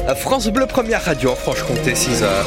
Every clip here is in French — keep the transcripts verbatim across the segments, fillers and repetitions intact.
France Bleu, première radio en Franche-Comté, six heures.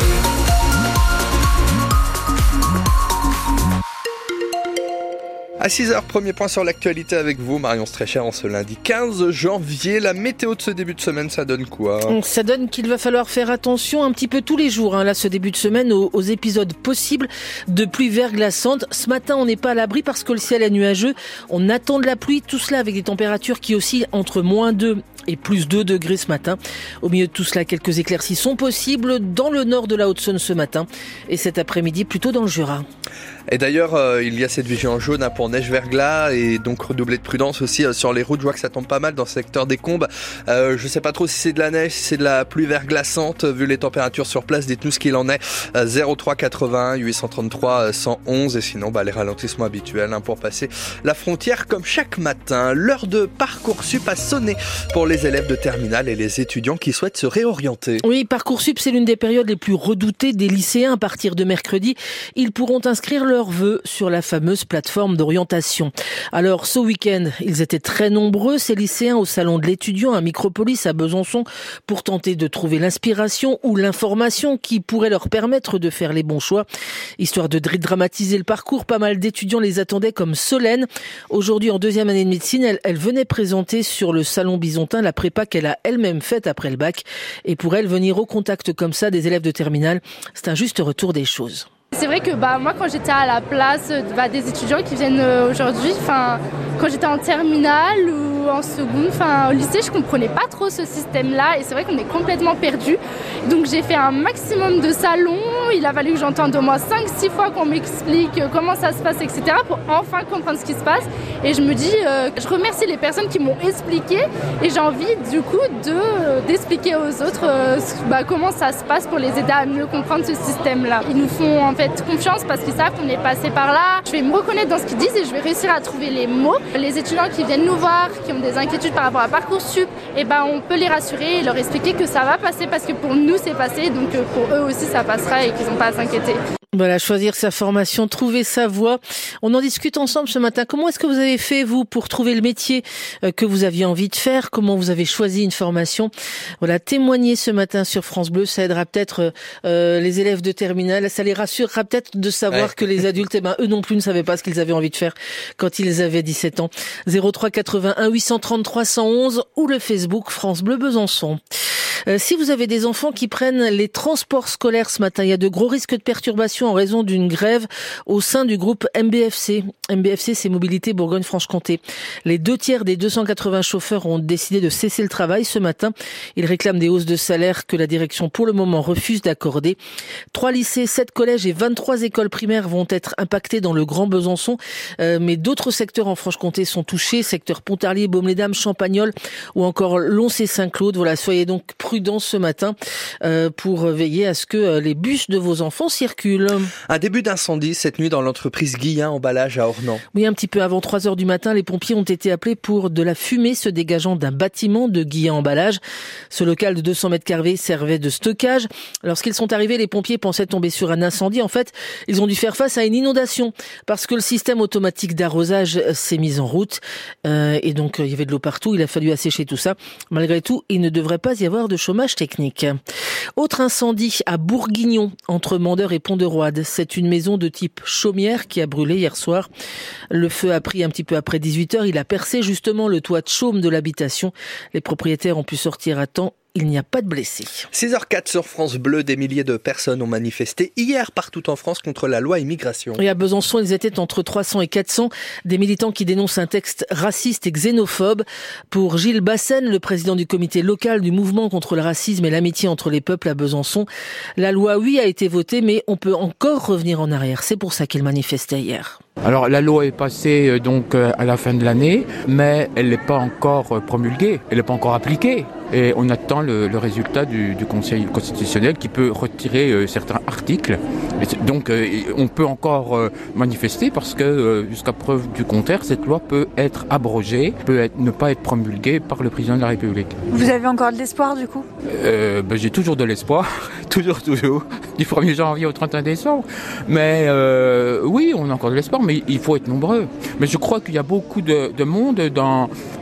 À six heures, premier point sur l'actualité avec vous, Marion Strécher, en ce lundi quinze janvier. La météo de ce début de semaine, ça donne quoi ? Ça donne qu'il va falloir faire attention un petit peu tous les jours, hein, là, ce début de semaine, aux, aux épisodes possibles de pluie verglaçante. Ce matin, on n'est pas à l'abri parce que le ciel est nuageux. On attend de la pluie, tout cela avec des températures qui oscillent entre moins deux et plus deux degrés ce matin. Au milieu de tout cela, quelques éclaircies sont possibles dans le nord de la Haute-Saône ce matin et cet après-midi plutôt dans le Jura. Et d'ailleurs, euh, il y a cette vigilance jaune hein, pour neige-verglas et donc redoubler de prudence aussi euh, sur les routes. Je vois que ça tombe pas mal dans le secteur des Combes. Euh, je sais pas trop si c'est de la neige, si c'est de la pluie verglaçante. Vu les températures sur place, dites-nous ce qu'il en est. Euh, zéro trois quatre-vingt-un huit cent trente-trois cent onze et sinon bah, les ralentissements habituels hein, pour passer la frontière comme chaque matin. L'heure de Parcoursup a sonné pour les élèves de terminale et les étudiants qui souhaitent se réorienter. Oui, Parcoursup, c'est l'une des périodes les plus redoutées des lycéens. À partir de mercredi, ils pourront inscrire leurs vœux sur la fameuse plateforme d'orientation. Alors, ce week-end, ils étaient très nombreux, ces lycéens, au salon de l'étudiant à Micropolis à Besançon, pour tenter de trouver l'inspiration ou l'information qui pourrait leur permettre de faire les bons choix. Histoire de dramatiser le parcours, pas mal d'étudiants les attendaient comme Solène. Aujourd'hui, en deuxième année de médecine, elle, elle venait présenter sur le salon bisontin la prépa qu'elle a elle-même faite après le bac. Et pour elle, venir au contact comme ça des élèves de terminale, c'est un juste retour des choses. C'est vrai que bah, moi, quand j'étais à la place bah, des étudiants qui viennent aujourd'hui, quand j'étais en terminale ou en seconde, au lycée, je ne comprenais pas trop ce système-là et c'est vrai qu'on est complètement perdu. Donc j'ai fait un maximum de salons, il a fallu que j'entende au moins cinq six fois qu'on m'explique comment ça se passe, et cetera pour enfin comprendre ce qui se passe. Et je me dis, euh, je remercie les personnes qui m'ont expliqué et j'ai envie du coup de, d'expliquer aux autres euh, bah, comment ça se passe pour les aider à mieux comprendre ce système-là. Ils nous font en fait confiance parce qu'ils savent qu'on est passé par là. Je vais me reconnaître dans ce qu'ils disent et je vais réussir à trouver les mots. Les étudiants qui viennent nous voir, qui ont des inquiétudes par rapport à Parcoursup, eh ben on peut les rassurer et leur expliquer que ça va passer parce que pour nous c'est passé, donc pour eux aussi ça passera et qu'ils n'ont pas à s'inquiéter. Voilà, choisir sa formation, trouver sa voie. On en discute ensemble ce matin. Comment est-ce que vous avez fait, vous, pour trouver le métier que vous aviez envie de faire? Comment vous avez choisi une formation? Voilà, témoignez ce matin sur France Bleu. Ça aidera peut-être euh, les élèves de terminale. Ça les rassurera peut-être de savoir ouais. que les adultes, eh ben, eux non plus ne savaient pas ce qu'ils avaient envie de faire quand ils avaient dix-sept ans. zéro trois quatre-vingt-un huit cent trente-trois cent onze ou le Facebook France Bleu Besançon. Euh, si vous avez des enfants qui prennent les transports scolaires ce matin, il y a de gros risques de perturbation en raison d'une grève au sein du groupe M B F C. M B F C, c'est Mobilité Bourgogne-Franche-Comté. Les deux tiers des deux cent quatre-vingts chauffeurs ont décidé de cesser le travail ce matin. Ils réclament des hausses de salaire que la direction, pour le moment, refuse d'accorder. Trois lycées, sept collèges et vingt-trois écoles primaires vont être impactés dans le Grand Besançon. Euh, mais d'autres secteurs en Franche-Comté sont touchés. Secteur Pontarlier, Baume-les-Dames, Champagnole ou encore Lons et Saint-Claude. Voilà, soyez donc prudents ce matin euh, pour veiller à ce que euh, les bus de vos enfants circulent. Un début d'incendie cette nuit dans l'entreprise Guillain Emballage à Ornans. Oui, un petit peu avant trois heures du matin, les pompiers ont été appelés pour de la fumée se dégageant d'un bâtiment de Guillain Emballage. Ce local de deux cents mètres carrés servait de stockage. Lorsqu'ils sont arrivés, les pompiers pensaient tomber sur un incendie. En fait, ils ont dû faire face à une inondation parce que le système automatique d'arrosage s'est mis en route. Euh, et donc, il y avait de l'eau partout. Il a fallu assécher tout ça. Malgré tout, il ne devrait pas y avoir de chômage technique. Autre incendie à Bourguignon, entre Mandeur et Pont-de-Roide. C'est une maison de type chaumière qui a brûlé hier soir. Le feu a pris un petit peu après dix-huit heures. Il a percé justement le toit de chaume de l'habitation. Les propriétaires ont pu sortir à temps. Il n'y a pas de blessés. six heures quatre sur France Bleu, des milliers de personnes ont manifesté hier partout en France contre la loi immigration. Et à Besançon, ils étaient entre trois cents et quatre cents, des militants qui dénoncent un texte raciste et xénophobe. Pour Gilles Bassène, le président du comité local du mouvement contre le racisme et l'amitié entre les peuples à Besançon, la loi, oui, a été votée, mais on peut encore revenir en arrière. C'est pour ça qu'ils manifestaient hier. Alors la loi est passée euh, donc euh, à la fin de l'année, mais elle n'est pas encore euh, promulguée, elle n'est pas encore appliquée. Et on attend le, le résultat du, du Conseil constitutionnel qui peut retirer euh, certains articles. Et donc euh, on peut encore euh, manifester parce que euh, jusqu'à preuve du contraire, cette loi peut être abrogée, peut être, ne pas être promulguée par le président de la République. Vous avez encore de l'espoir du coup ? euh, ben, J'ai toujours de l'espoir, toujours, toujours, du premier janvier au trente et un décembre. Mais euh, oui, on a encore de l'espoir, mais il faut être nombreux. Mais je crois qu'il y a beaucoup de, de monde dans,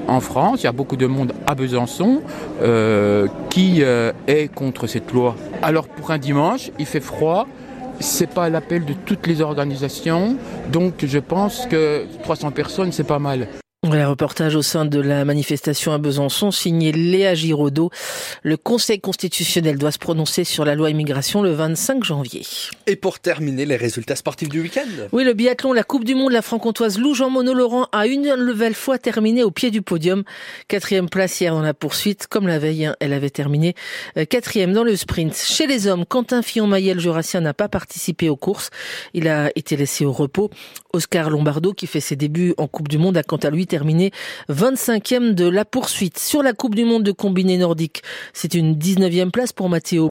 en France, il y a beaucoup de monde à Besançon euh, qui euh, est contre cette loi. Alors pour un dimanche, il fait froid, c'est pas l'appel de toutes les organisations, donc je pense que trois cents personnes, c'est pas mal. Voilà, reportage au sein de la manifestation à Besançon, signé Léa Giraudot. Le Conseil constitutionnel doit se prononcer sur la loi immigration le vingt-cinq janvier. Et pour terminer, les résultats sportifs du week-end. Oui, le biathlon, la Coupe du Monde, la franc-comtoise Lou Jean Monod Laurent a une nouvelle fois terminé au pied du podium. Quatrième place hier dans la poursuite. Comme la veille, hein, elle avait terminé quatrième dans le sprint. Chez les hommes, Quentin Fillon-Maillet, jurassien, n'a pas participé aux courses. Il a été laissé au repos. Oscar Lombardo, qui fait ses débuts en Coupe du Monde, a quant à lui terminé vingt-cinquième de la poursuite. Sur la Coupe du Monde de combiné nordique, c'est une dix-neuvième place pour Matteo